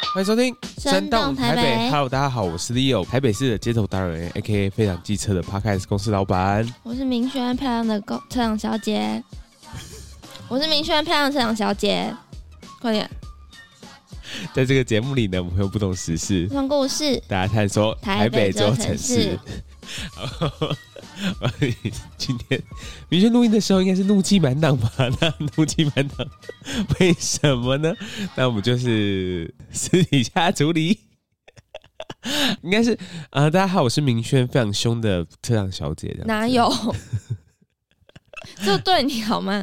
欢迎收听生动台北。 Hello， 大家好，我是 Leo， 台北市的街头达人 AKA 非常机车的 Podcast 公司老板。 我是明轩，漂亮的车长小姐。我是明轩，漂亮的车长小姐。快点！ 在这个节目里呢，我们会有不同时事、 不同故事， 大家探索台北这座城市。今天明轩录音的时候应该是怒气满档吧？那怒气满档为什么呢？那我们就是私底下处理。应该是大家好，我是明轩，非常凶的车长小姐。 哪有？就对你好吗？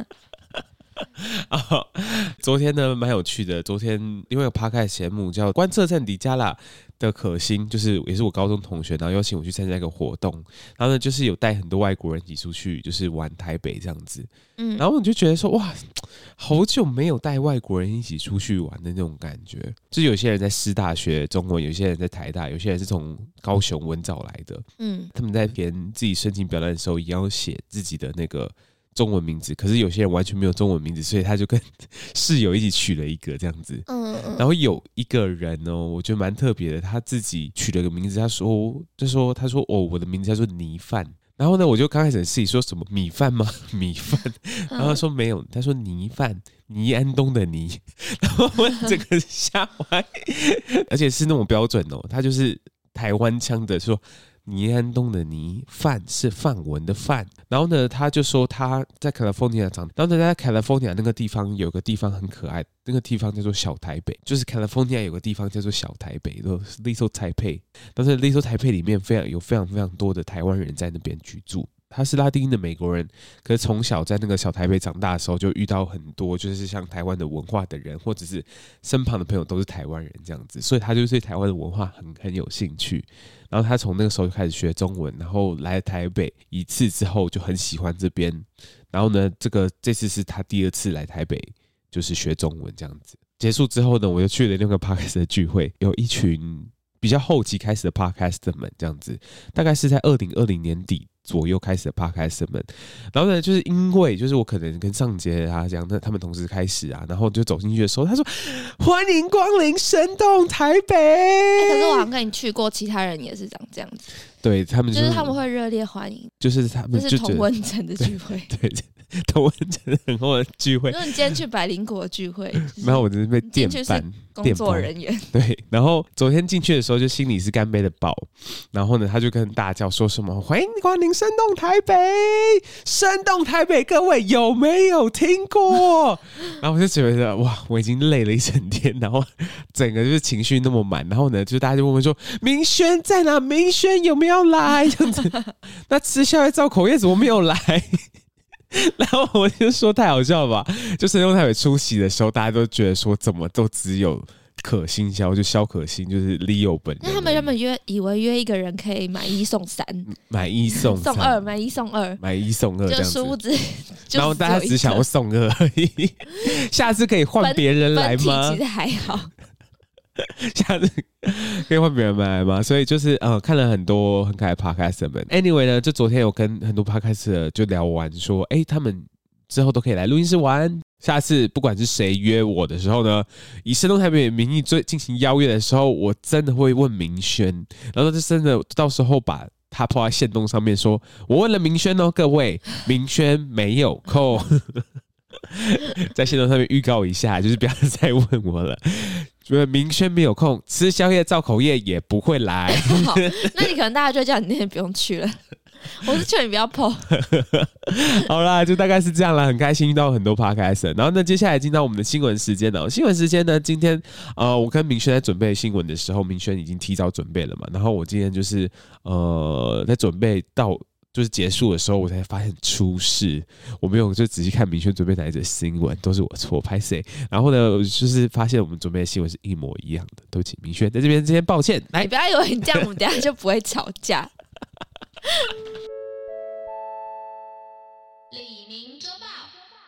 昨天呢蛮有趣的，昨天因为有 podcast 节目叫观测站底加啦的可心，就是也是我高中同学，然后邀请我去参加一个活动，然后呢就是有带很多外国人一起出去，就是玩台北这样子，然后我就觉得说哇，好久没有带外国人一起出去玩的那种感觉，就是有些人在师大学中文，有些人在台大，有些人是从高雄文藻来的，他们在填自己申请表单的时候，也要写自己的那个中文名字，可是有些人完全没有中文名字，所以他就跟室友一起取了一个这样子。然后有一个人哦，我觉得蛮特别的，他自己取了个名字，他说哦，我的名字叫做泥饭。然后呢，我就刚开始自己说什么米饭吗？米饭。然后他说没有，他说泥饭，倪安东的倪。然后我整个吓坏，而且是那种标准哦，他就是台湾腔的说。倪安东的倪，范是范文的范，然后呢，他就说他在 California 长，然后呢，在 California 那个地方有个地方很可爱，那个地方叫做小台北，就是 California 有个地方叫做小台北，就是 Little Taipei， 但是 Little Taipei 里面有非常非常多的台湾人在那边居住。他是拉丁的美国人，可是从小在那个小台北长大的时候，就遇到很多就是像台湾的文化的人，或者是身旁的朋友都是台湾人这样子，所以他就对台湾的文化很有兴趣。然后他从那个时候就开始学中文，然后来台北一次之后就很喜欢这边。然后呢，这次是他第二次来台北，就是学中文这样子。结束之后呢，我又去了那个 podcast 的聚会，有一群比较后期开始的 podcaster 们这样子，大概是在2020年底左右开始的 podcaster 们，然后呢，就是因为就是我可能跟上节这样，那他们同时开始啊，然后就走进去的时候，他说欢迎光临生动台北。 可是我好像跟你去过，其他人也是长这样子， 对他们就是他们会热烈欢迎， 就是他们就是同温层的聚会， 对。同温层很厚的聚会。 如果你今天去百灵果的聚会， 没有，我只是被电班工作人员。 对，然后昨天进去的时候，就心里是干杯的爆。然后呢，他就跟大叫说什么：“欢迎光临生动台北，生动台北，各位有没有听过？”然后我就觉得哇，我已经累了一整天，然后整个就是情绪那么满。然后呢，就大家就问我说：“明轩在哪？明轩有没有来？”这样子，那吃宵夜造口业怎么没有来？然后我就说太好笑了吧，就生动台北出席的时候，大家都觉得说怎么都只有可心肖，就肖可心，就是 Leo 本人。 那他们原本以为约一个人可以买1送3， 买1送 2，买1送2， 买1送2这样子， 就殊不知， 然后大家只想要送2而已。下次可以换别人来吗？ 其实还好。 下次可以换别人来吗？所以就是看了很多很可爱的 podcaster 们。Anyway 呢，就昨天有跟很多 podcaster 就聊完说，他们之后都可以来录音室玩。下次不管是谁约我的时候呢，以生动台北的名义进行邀约的时候，我真的会问明轩，然后就真的到时候把他抛在限动上面说，我问了明轩哦，各位，明轩没有空。在限动上面预告一下，就是不要再问我了。明轩没有空，吃宵夜造口业也不会来。 那你可能大家就叫你那天不用去了。我是劝你不要 po。 好啦，就大概是这样啦，很开心遇到很多 podcast。然后呢，接下来进到我们的新闻时间了。新闻时间呢，今天我跟明轩在准备新闻的时候，明轩已经提早准备了嘛。然后我今天就是在准备到就是结束的时候，我才发现出事。我没有就仔细看明轩准备哪一则新闻，都是我错，拍谁？然后呢，我就是发现我们准备的新闻是一模一样的。对不起，明轩在这边之前抱歉。来， 你不要以为你这样，我们等一下就不会吵架。 李明周报。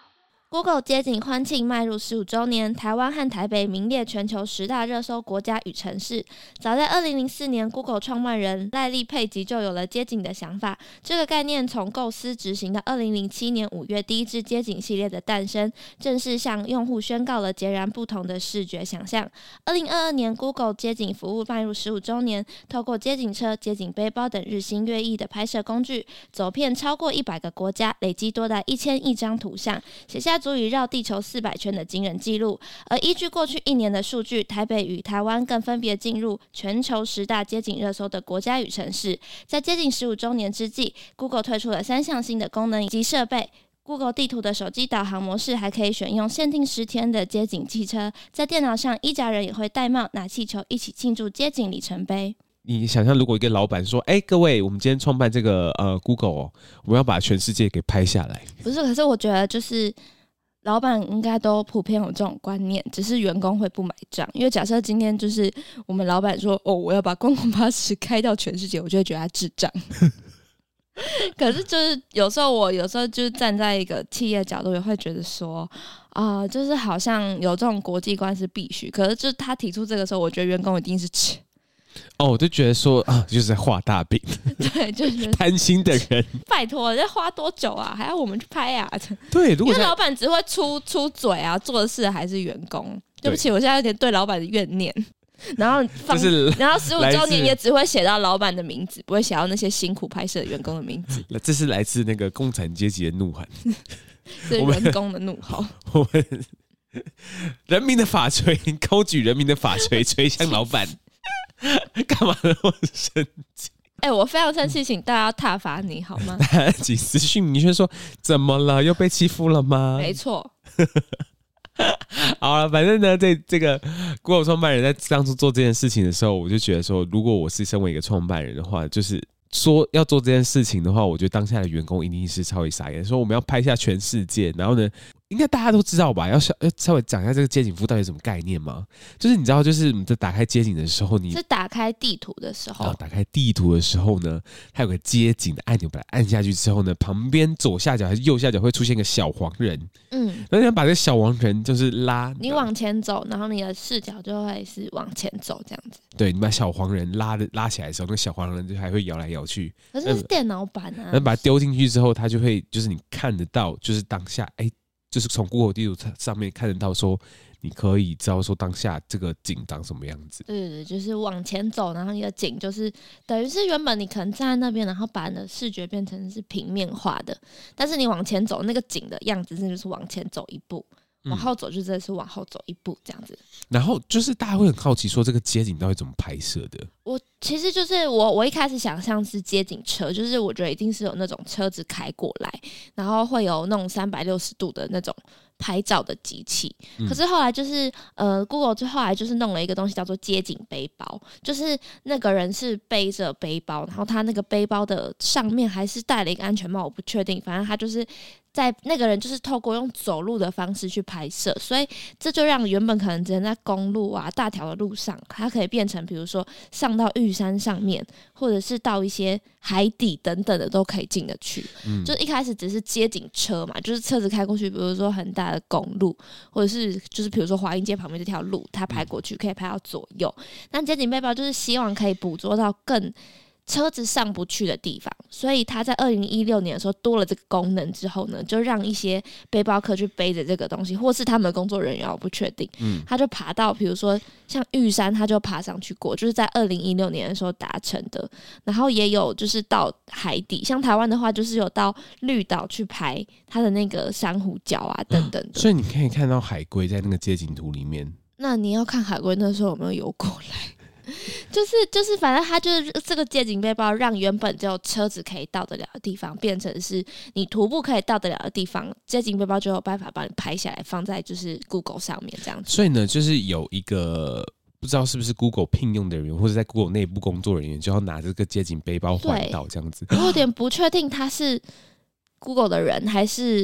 Google 街景欢庆迈入15周年，台湾和台北名列全球10大热搜国家与城市。早在2004年 ，Google 创办人赖利·佩吉就有了街景的想法。这个概念从构思执行到2007年5月第一支街景系列的诞生，正式向用户宣告了截然不同的视觉想象。2022年 ，Google 街景服务迈入15周年，透过街景车、街景背包等日新月异的拍摄工具，走遍超过100个国家，累积多达1000亿张图像，写下足以绕地球400圈的惊人纪录。而依据过去1年的数据，台北与台湾更分别进入全球10大街景热搜的国家与城市。在接近15周年之际， Google 推出了3项新的功能以及设备。Google 地图的手机导航模式还可以选用限定10天的街景汽车，在电脑上一家人也会戴帽拿气球一起庆祝街景里程碑。 你想象，如果一个老板说：“各位，我们今天创办这个Google 哦，我们要把全世界给拍下来。” 不是，可是我觉得就是老板应该都普遍有这种观念，只是员工会不买账。因为假设今天就是我们老板说：“哦，我要把观光巴士开到全世界”，我就会觉得他智障。可是就是有时候就是站在一个企业角度，也会觉得说就是好像有这种国际观是必须。可是就是他提出这个时候，我觉得员工一定是我就觉得说就是在画大饼。 对，就是贪心的人， 拜托，这花多久啊？还要我们去拍啊？ 对，如果因为老板只会出嘴啊，做的事还是员工。对不起，我现在有点对老板的怨念。然后然后15周年也只会写到老板的名字，不会写到那些辛苦拍摄的员工的名字。 这是来自那个共产阶级的怒喊， 是员工的怒吼。 我们人民的法锤，高举人民的法锤，锤向老板。干嘛那么生气？ 我非常生气，请大家挞伐你好吗？ 请私讯明轩说怎么了？又被欺负了吗？ 没错。 好了，反正呢，这个 Google 创办人在当初做这件事情的时候，我就觉得说，如果我是身为一个创办人的话，就是说要做这件事情的话，我觉得当下的员工一定是超级傻眼，说我们要拍下全世界，然后呢，应该大家都知道吧？要稍微讲一下这个街景服务到底有什么概念吗？就是你知道，就是你在打开街景的时候，你是打开地图的时候， 打开地图的时候呢，它有个街景的按钮，把它按下去之后呢，旁边左下角还是右下角会出现一个小黄人，然后你要把这个小黄人就是你往前走，然后你的视角就会是往前走这样子。 对，你把小黄人拉起来的时候，那个小黄人就还会摇来摇去。 可是是电脑版啊， 然后把它丢进去之后，它就会就是你看得到，就是当下就是从 Google 地图上面看得到说，你可以知道说当下这个景长什么样子。 对，就是往前走，然后你的景就是等于是原本你可能站在那边，然后把你的视觉变成是平面化的，但是你往前走那个景的样子，就是往前走一步。往后走就真的是往后走一步这样子。 然后就是大家会很好奇说这个街景到底怎么拍摄的。 我其实就是我一开始想象是街景车，就是我觉得一定是有那种车子开过来，然后会有那种360度的那种拍照的机器。可是后来就是Google 最后来就是弄了一个东西叫做街景背包，就是那个人是背着背包，然后他那个背包的上面还是戴了一个安全帽，我不确定，反正他就是在那个人就是透过用走路的方式去拍摄，所以这就让原本可能只能在公路啊大条的路上，它可以变成比如说上到玉山上面，或者是到一些海底等等的都可以进得去。就一开始只是街景车嘛，就是车子开过去，比如说很大的公路，或者是就是比如说华阴街旁边这条路，它拍过去可以拍到左右。那街景背包就是希望可以捕捉到更车子上不去的地方，所以他在2016年的时候多了这个功能之后呢，就让一些背包客去背着这个东西，或是他们的工作人员，我不确定，他就爬到比如说像玉山，他就爬上去过，就是在2016年的时候达成的。然后也有就是到海底，像台湾的话，就是有到绿岛去拍它的那个珊瑚礁啊等等的。 所以你可以看到海龟在那个街景图里面。 那你要看海龟那时候有没有游过来？就是反正它就是这个街景背包，让原本只有车子可以到得了的地方，变成是你徒步可以到得了的地方，街景背包就有办法帮你拍下来，放在就是 Google 上面这样子。 所以呢，就是有一个不知道是不是 Google 聘用的人员，或者在 Google 内部工作人员，就要拿这个街景背包环岛这样子。 我有点不确定他是 Google 的人还是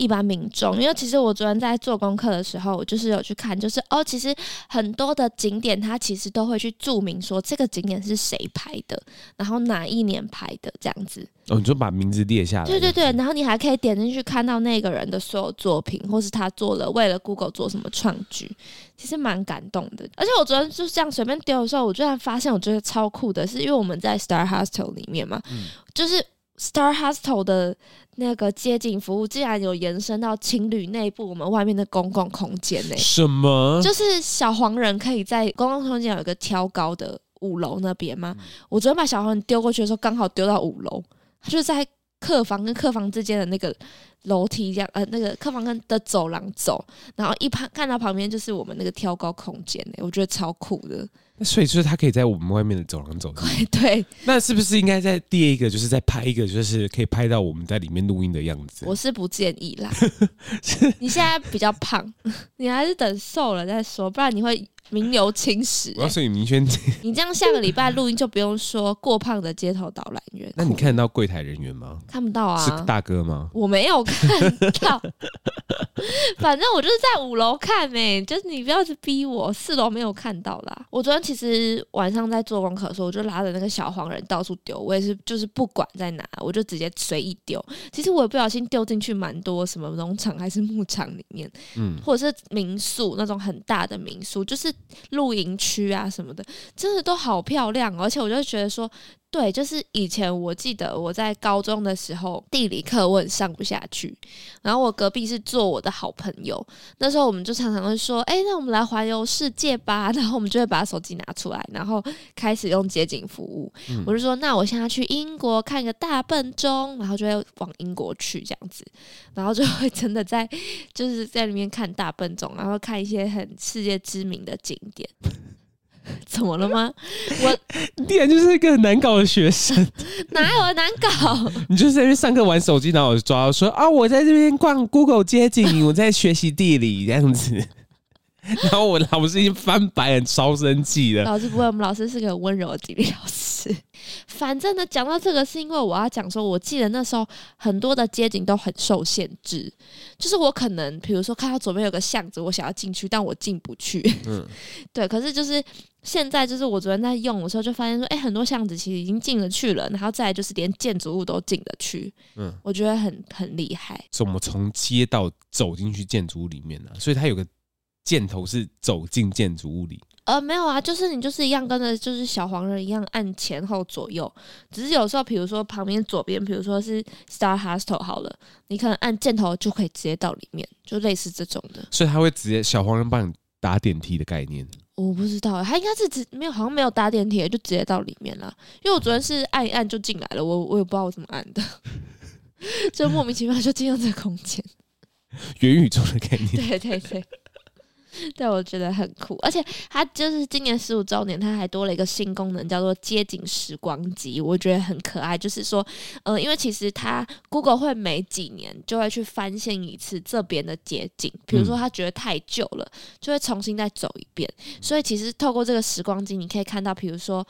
一般民众，因为其实我昨天在做功课的时候，我就是有去看，就是其实很多的景点它其实都会去注明说这个景点是谁拍的，然后哪一年拍的这样子。 你就把名字列下来。 对对对，然后你还可以点进去看到那个人的所有作品，或是他为了 Google 做什么创举，其实蛮感动的。而且我昨天就是这样随便丢的时候，我居然发现我觉得超酷的是，因为我们在 Star Hostel 里面嘛，就是 Star Hostel 的那个街景服务竟然有延伸到情侣内部我们外面的公共空间呢。 什么？ 就是小黄人可以在公共空间有一个挑高的5楼那边吗？我昨天把小黄人丢过去的时候，刚好丢到5楼，他就在客房跟客房之间的那个楼梯这样，那个客房跟的走廊走，然后看到旁边就是我们那个挑高空间，我觉得超酷的。 所以就是他可以在我们外面的走廊走。 对， 那是不是应该再第一个就是再拍一个，就是可以拍到我们在里面录音的样子？ 我是不建议啦。你现在比较胖，你还是等瘦了再说，不然你会名留青史。 我告诉你，明轩， 你这样下个礼拜录音就不用说过胖的街头导览员。 那你看得到柜台人员吗？ 看不到啊。 是大哥吗？ 我没有看到。反正我就是在5楼看就是你不要去逼我，4楼没有看到啦。我昨天其实晚上在做功课的时候，我就拉着那个小黄人到处丢，我也是就是不管在哪，我就直接随意丢。其实我也不小心丢进去蛮多什么农场还是牧场里面，或者是民宿那种很大的民宿，就是露营区啊什么的，真的都好漂亮而且我就觉得说。对，就是以前我记得我在高中的时候，地理课我很上不下去，然后我隔壁是做我的好朋友，那时候我们就常常会说，那我们来环游世界吧，然后我们就会把手机拿出来，然后开始用街景服务。我就说，那我现在去英国看个大笨钟，然后就会往英国去这样子，然后就会真的就是在里面看大笨钟，然后看一些很世界知名的景点。怎么了吗？ 你然就是一个很难搞的学生。 哪有难搞？ 你就是在那边上课玩手机，然后我就抓到说啊，我在这边逛 Google 街景，我在学习地理这样子。然后我老师已经翻白眼，超生气了。 老师不会，我们老师是个温柔的地理老师。反正呢，讲到这个是因为我要讲说，我记得那时候很多的街景都很受限制，就是我可能比如说看到左边有个巷子，我想要进去，但我进不去。对，可是就是现在就是我昨天在用的时候就发现说，很多巷子其实已经进得去了，然后再来就是连建筑物都进得去。我觉得很厉害。 怎么从街道走进去建筑物里面呢？所以它有个箭头是走进建筑物里。 没有啊，就是你就是一样跟着就是小黄人一样按前后左右，只是有时候比如说旁边左边，比如说是 Star Hostel 好了，你可能按箭头就可以直接到里面，就类似这种的。 所以他会直接小黄人帮你打电梯的概念。 我不知道，他应该是没有，好像没有搭电梯，就直接到里面了。因为我昨天是按一按就进来了，我也不知道我怎么按的，就莫名其妙就进入这个空间。 元宇宙的概念。 对对对。对，我觉得很酷，而且它就是今年15周年，它还多了一个新功能，叫做街景时光机，我觉得很可爱。就是说，因为其实它 Google 会每几年就会去翻新一次这边的街景，比如说他觉得太旧了，就会重新再走一遍。所以其实透过这个时光机，你可以看到，比如说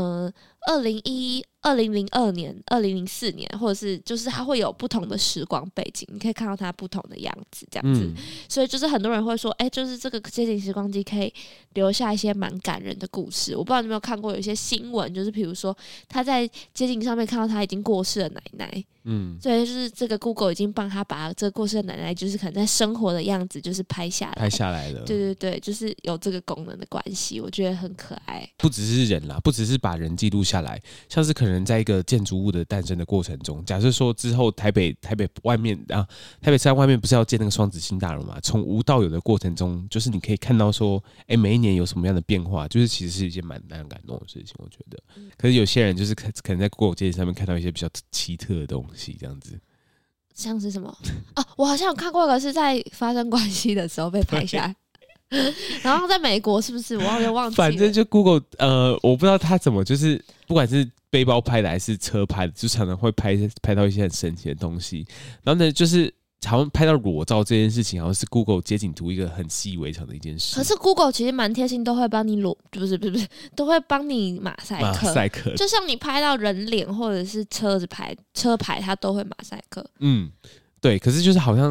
2002年、2004年，或者是就是它会有不同的时光背景，你可以看到它不同的样子，这样子。所以就是很多人会说，就是这个街景时光机可以留下一些蛮感人的故事。我不知道你有没有看过有一些新闻，就是比如说他在街景上面看到他已经过世的奶奶。所以就是这个 Google 已经帮他把这个过世的奶奶，就是可能在生活的样子，就是拍下来了。对对对，就是有这个功能的关系，我觉得很可爱。 不只是人啦，不只是把人记录下来，像是可能在一个建筑物的诞生的过程中，假设说之后台北外面啊，台北车站外面不是要建那个双子星大楼嘛？从无到有的过程中，就是你可以看到说，每一年有什么样的变化，就是其实是一件蛮感动的事情，我觉得。可是有些人就是可能在 Google 街景上面看到一些比较奇特的东西，这样子。 像是什么啊？我好像有看过一个是在发生关系的时候被拍下来。然后在美国是不是？我有点忘记了。 反正就 Google，我不知道他怎么，就是不管是背包拍的还是车拍的，就常常会拍到一些很神奇的东西。然后呢，就是好像拍到裸照这件事情，好像是 Google 街景图一个很习以为常的一件事。 可是 Google 其实蛮贴心，都会帮你不是，都会帮你马赛克。就像你拍到人脸或者是车牌，它都会马赛克。 对。可是就是好像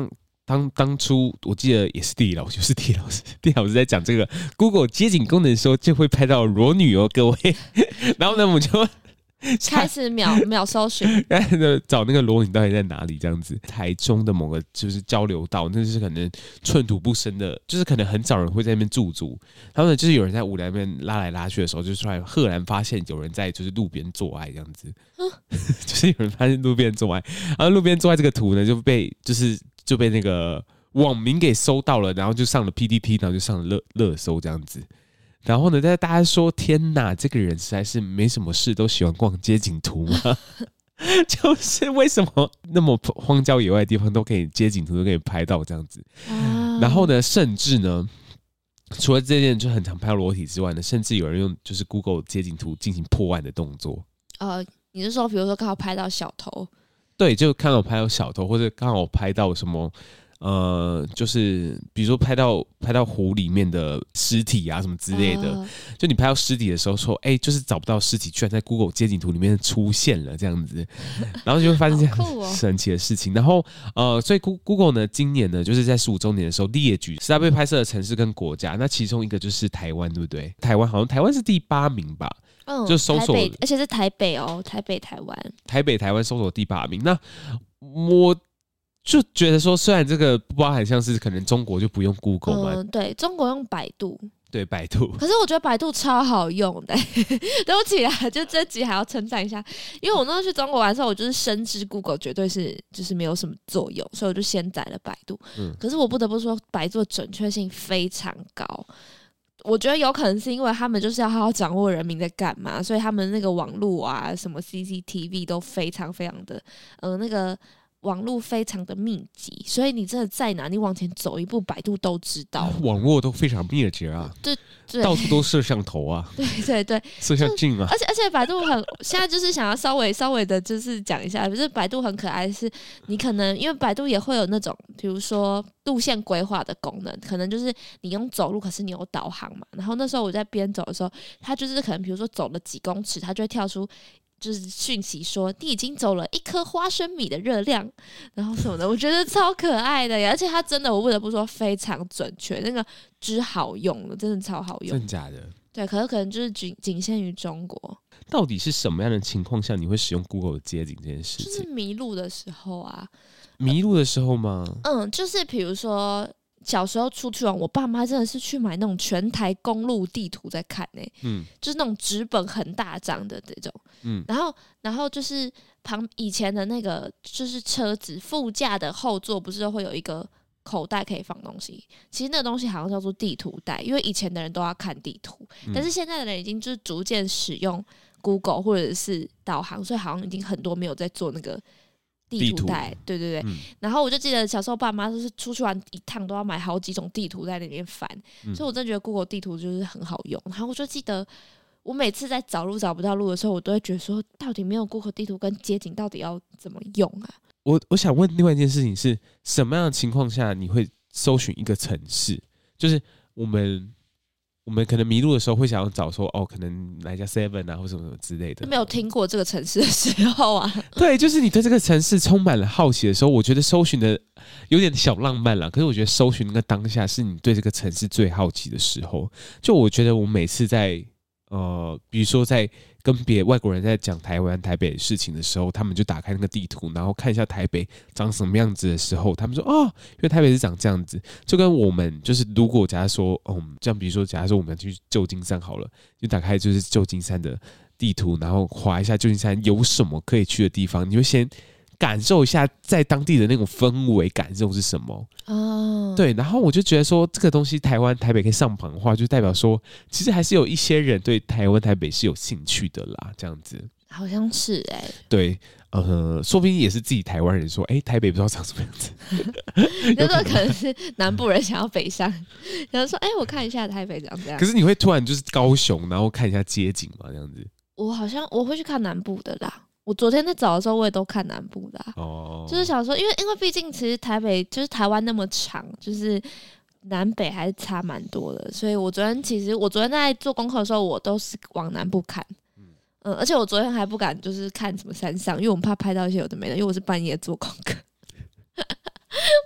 当初我记得也是地理老师，就是地理老师在讲这个 Google 街景功能的时候，就会拍到裸女哦，各位。然后呢，我们就开始秒搜寻， 找那个裸女到底在哪里？这样子，台中的某个就是交流道，那就是可能寸土不生的，就是可能很少人会在那边驻足。然后呢，就是有人在舞台那边拉来拉去的时候，就突然赫然发现有人在就是路边做爱这样子，就是有人发现路边做爱，然后路边做爱这个图呢就被那个网民给搜到了，然后就上了 PTT， 然后就上了热搜这样子。然后呢，大家说天哪，这个人实在是没什么事，都喜欢逛街景图吗？就是为什么那么荒郊野外的地方都可以街景图都可以拍到这样子？然后呢，甚至呢，除了这件就很常拍到裸体之外呢，甚至有人用就是 Google 街景图进行破案的动作。 你是说比如说刚好拍到小偷？对， 就看到拍到小偷，或者刚好拍到什么。就是比如说拍到湖里面的尸体啊什么之类的，就你拍到尸体的时候说，就是找不到尸体，居然在 Google 街景图里面出现了这样子，然后就会发现这样神奇的事情。然后所以 Google 呢，今年呢就是在15周年的时候列举10大被拍摄的城市跟国家，那其中一个就是台湾，对不对？台湾是第8名吧？就搜索， 而且是台北哦，台北台湾搜索第8名。那我就觉得说，虽然这个不包含像是可能中国就不用 Google 嘛， 对，中国用百度， 对百度， 可是我觉得百度超好用的，对不起啦，就这集还要称赞一下，因为我那时候去中国玩的时候，我就是深知 Google 绝对是就是没有什么作用，所以我就先载了百度。可是我不得不说，百度的准确性非常高。我觉得有可能是因为他们就是要好好掌握人民在干嘛，所以他们那个网络啊，什么 CCTV 都非常非常的那个。网络非常的密集，所以你真的在哪，你往前走一步，百度都知道。 网络都非常密集啊， 对， 到处都摄像头啊， 对， 摄像镜啊。 而且百度现在就是想要稍微的，就是讲一下，就是百度很可爱的是，你可能因为百度也会有那种，比如说路线规划的功能，可能就是你用走路，可是你有导航嘛。然后那时候我在边走的时候，它就是可能比如说走了几公尺，它就会跳出。就是讯息说你已经走了1颗花生米的热量，然后什么的，我觉得超可爱的呀！而且它真的，我不得不说非常准确，那个之好用了，真的超好用。 真的假的？ 对，可能就是仅限于中国。 到底是什么样的情况下你会使用 Google 的街景这件事情？ 就是迷路的时候啊。 迷路的时候吗？ 就是比如说。小时候出去玩，我爸妈真的是去买那种全台公路地图在看就是那种纸本很大张的这种，然后就是以前的那个就是车子副驾的后座不是会有一个口袋可以放东西，其实那个东西好像叫做地图袋，因为以前的人都要看地图，但是现在的人已经就是逐渐使用 Google 或者是导航，所以好像已经很多没有在做那个。地图袋，对，然后我就记得小时候爸妈就是出去玩一趟都要买好几种地图在那边翻，所以我真的觉得 Google 地图就是很好用。然后我就记得我每次在找路找不到路的时候，我都会觉得说，到底没有 Google 地图跟街景到底要怎么用啊？ 我想问另外一件事情是什么样的情况下你会搜寻一个城市？就是我们可能迷路的时候会想要找说可能来家 Seven 啊或什么什么之类的。 没有听过这个城市的时候啊， 对，就是你对这个城市充满了好奇的时候，我觉得搜寻的有点小浪漫啦。可是我觉得搜寻那个当下是你对这个城市最好奇的时候。就我觉得我每次在比如说在跟外国人在讲台北的事情的时候，他们就打开那个地图，然后看一下台北长什么样子的时候，他们说因为台北是长这样子，就跟我们就是如果假如说这样，比如说假如说我们去旧金山好了，就打开就是旧金山的地图，然后滑一下旧金山有什么可以去的地方，你就先感受一下在当地的那种氛围感受是什么对，然后我就觉得说这个东西台北可以上榜的话，就代表说其实还是有一些人对台北是有兴趣的啦，这样子好像是对，说不定也是自己台湾人说台北不知道长什么样子有时候可能是南部人想要北上，然后说我看一下台北长这样。 可是你会突然就是高雄然后看一下街景嘛，这样子？ 我会去看南部的啦。我昨天在找的时候，我也都看南部的就是想说，因为毕竟其实台北就是台湾那么长，就是南北还是差蛮多的，所以我昨天在做功课的时候，我都是往南部看，而且我昨天还不敢就是看什么山上，因为我们怕拍到一些有的没的，因为我是半夜做功课，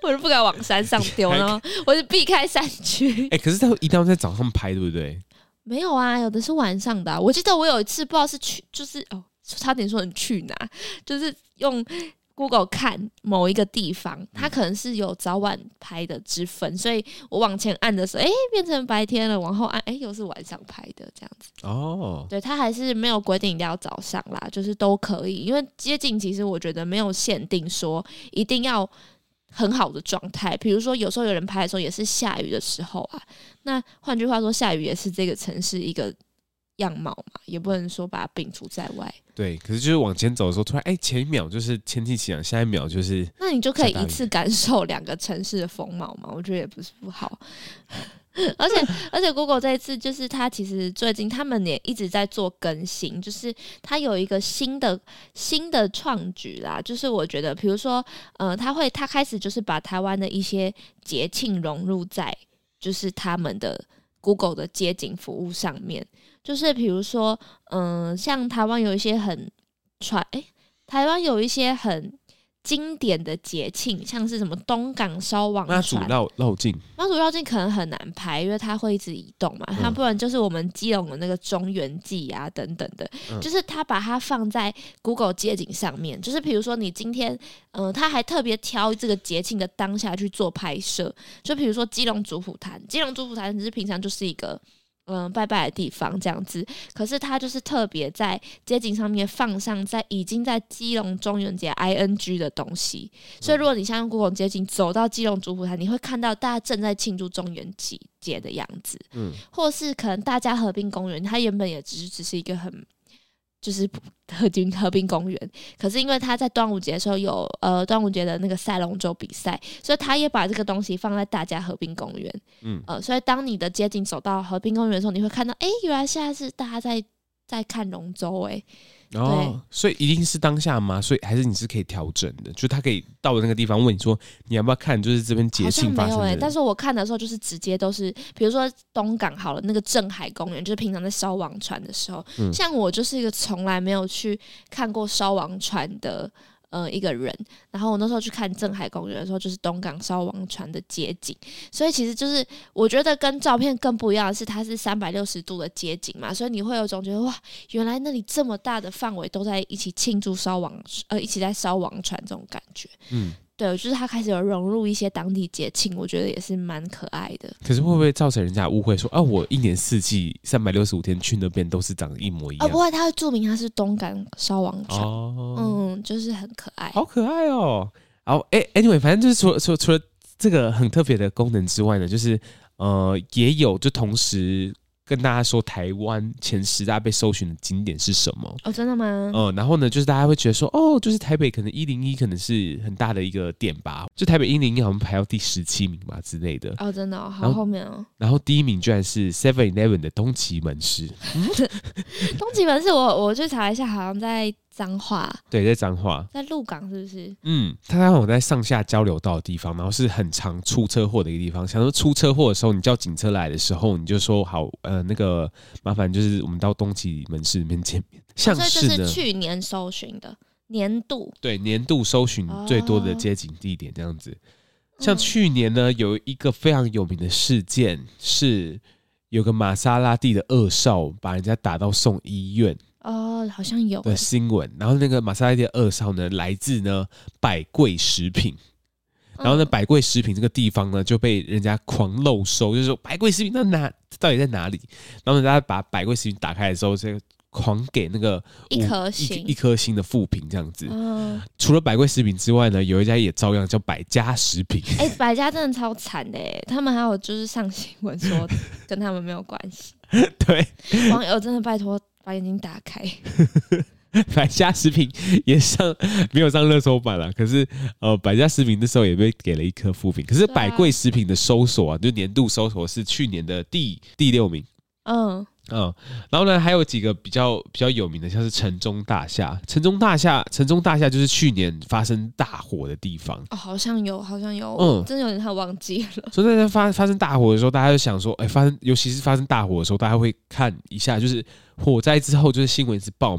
我就不敢往山上丢，然后我就避开山区。 可是他一定要在早上拍，对不对？ 没有啊，有的是晚上的我记得我有一次不知道是就是差点说你去哪，就是用Google 看某一个地方，它可能是有早晚拍的之分，所以我往前按的时候，变成白天了，往后按，又是晚上拍的这样子。对，它还是没有规定一定要早上啦，就是都可以，因为街景其实我觉得没有限定说一定要很好的状态，比如说有时候有人拍的时候也是下雨的时候啊，那换句话说，下雨也是这个城市一个样貌嘛，也不能说把它摒除在外。 对，可是就是往前走的时候，突然前一秒就是天气晴朗，下一秒就是那你就可以一次感受2个城市的风貌嘛，我觉得也不是不好。而且 Google 这一次就是它其实最近他们也一直在做更新，就是它有一个新的创举啦，就是我觉得比如说它开始就是把台湾的一些节庆融入在就是他们的 Google 的街景服务上面，就是比如说像台湾有一些台湾有一些很经典的节庆，像是什么东港烧王船、妈祖绕境可能很难拍，因为它会一直移动嘛。它不然就是我们基隆的那个中元祭啊等等的，就是它把它放在 Google 街景上面。就是比如说你今天，他还特别挑这个节庆的当下去做拍摄。就比如说基隆主普坛只是平常就是一个拜拜的地方这样子，可是他就是特别在街景上面放上已经在基隆中元节 ING 的东西，所以如果你像用 Google 街景走到基隆主普坛，你会看到大家正在庆祝中元节的样子，或是可能大家河滨公园，它原本也只是一个就是河滨公园，可是因为他在端午节的时候有端午节的那个赛龙舟比赛，所以他也把这个东西放在大家河滨公园。所以当你的街景走到河滨公园的时候，你会看到，原来现在是大家在看龙舟，对， 所以一定是当下吗？所以还是你是可以调整的，就他可以到那个地方问你说你要不要看，就是这边节庆发生的。 好像没有但是我看的时候就是直接都是，比如说东港好了，那个镇海公园，就是平常在烧王船的时候，像我就是一个从来没有去看过烧王船的一个人，然后我那时候去看镇海公园的时候，就是东港烧王船的街景，所以其实就是我觉得跟照片更不一样的是，它是360度的街景嘛，所以你会有种觉得哇，原来那里这么大的范围都在一起庆祝一起在烧王船这种感觉。对，就是它开始有融入一些当地节庆，我觉得也是蛮可爱的。 可是会不会造成人家误会说我一年四季365天去那边都是长得一模一样？ 不会，它会注明它是东港烧王船。就是很可爱， 好可爱哦。然后anyway， 反正就是除了这个很特别的功能之外呢，就是也有就同时跟大家说台湾前10大被搜寻的景点是什么。 真的吗？ 然后呢，就是大家会觉得说就是台北可能101可能是很大的一个点吧，就台北101好像排到第17名吧之类的。 真的好后面然后第1名居然是 7-Eleven 的东奇门市。 东奇门市我去查一下，好像在彰化。 对，在彰化， 在鹿港是不是？ 它刚好在上下交流道的地方，然后是很常出车祸的一个地方。想说出车祸的时候，你叫警车来的时候，你就说好，那个麻烦就是我们到东奇门市里面见面。像是呢， 这是去年搜寻的年度， 对，年度搜寻最多的街景地点这样子。像去年呢，有一个非常有名的事件是有个玛莎拉蒂的2少把人家打到送医院。 好像有的新闻，然后那个玛莎拉蒂的2少呢，来自呢百贵食品，然后呢百贵食品这个地方呢就被人家狂漏收，就是说百贵食品到底在哪里？然后大家把百贵食品打开的时候，这个狂给那个一颗星的负评这样子。除了百贵食品之外呢，有一家也照样叫百家食品。 百家真的超惨的他们还有就是上新闻说跟他们没有关系。 对， 网友真的拜托把眼睛打开。 百家食品也没有上热搜版了，可是百家食品那时候也被给了一颗负评。可是百贵食品的搜索就年度搜索是去年的第6名。然后呢，还有几个比较有名的，像是城中大厦。城中大厦就是去年发生大火的地方。 好像有，真的有点太忘记了。 所以在发生大火的时候，大家就想说，尤其是发生大火的时候，大家会看一下，就是火灾之后，就是新闻一直报嘛，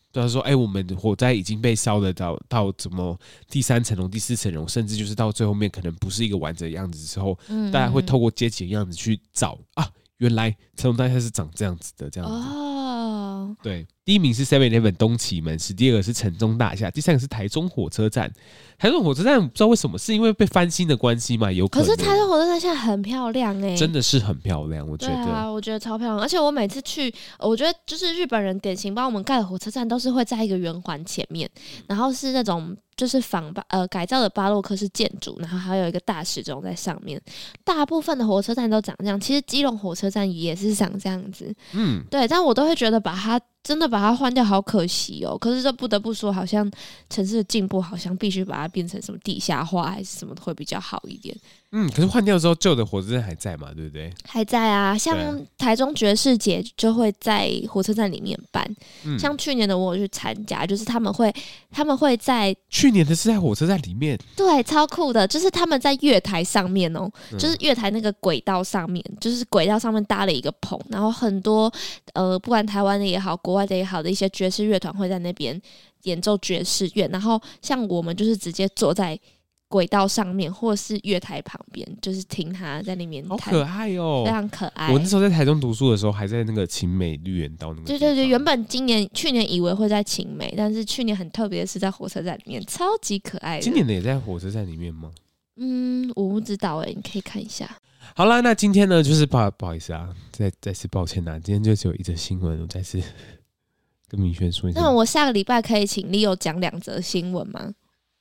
就是说，我们火灾已经被烧了到怎么第3层楼、第4层楼，甚至就是到最后面可能不是一个完整的样子之后，大家会透过街景的样子去找啊，原来成龙大厦是长这样子的，这样子。哦，对，第1名是 7-Eleven 东奇门市，第2个是城中大厦，第3个是台中火车站。台中火车站不知道为什么，是因为被翻新的关系吗？有可能。 可是台中火车站现在很漂亮真的是很漂亮，我觉得。 对啊，我觉得超漂亮。而且我每次去，我觉得就是日本人典型帮我们盖的火车站都是会在一个圆环前面，然后是那种就是改造的巴洛克式建筑，然后还有一个大时钟在上面。大部分的火车站都长这样，其实基隆火车站也是长这样子。对，但我都会觉得真的把它换掉好可惜哦。可是这不得不说，好像城市的进步好像必须把它变成什么地下化还是什么会比较好一点。 可是换掉之后，旧的火车站还在嘛？对不对？ 还在啊，像台中爵士节就会在火车站里面办。像去年的我有去参加，就是他们会在去年的是在火车站里面， 对，超酷的，就是他们在月台上面哦，就是月台那个轨道上面，就是轨道上面搭了一个棚，然后很多不管台湾的也好，国外的也好的一些爵士乐团会在那边演奏爵士乐，然后像我们就是直接坐在轨道上面或者是月台旁边，就是听他在那边弹， 好可爱哦， 非常可爱。 我那时候在台中读书的时候，还在那个勤美绿园道那个地方。 对，原本去年以为会在勤美，但是去年很特别的是在火车站里面，超级可爱的。 今年的也在火车站里面吗？ 我不知道你可以看一下。 好啦，那今天呢，就是不好意思啊，再次抱歉今天就只有一则新闻，我再次跟明轩说一下。 那我下个礼拜可以请 Leo 讲2则新闻吗？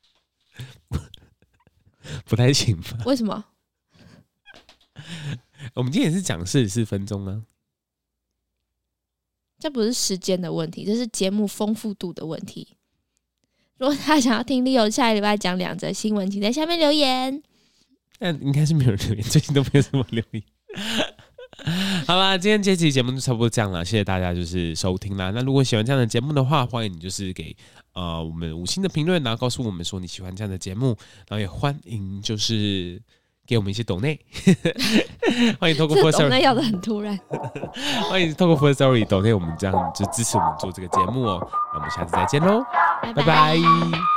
不太行吧？ 为什么？ 我们今天也是讲44分钟啊， 这不是时间的问题，这是节目丰富度的问题。如果他想要听 Leo 下礼拜讲2则新闻，请在下面留言。 但应该是没有人留言，最近都没有什么留言。好啦，今天这期节目就差不多这样了，谢谢大家就是收听啦。那如果喜欢这样的节目的话，欢迎你就是给我们5星的评论，然后告诉我们说你喜欢这样的节目，然后也欢迎就是给我们一些抖内，欢迎透过 Firstory 抖内要的很突然， 欢迎透过 Firstory 抖内我们这样就支持我们做这个节目哦。那我们下次再见喽，拜拜。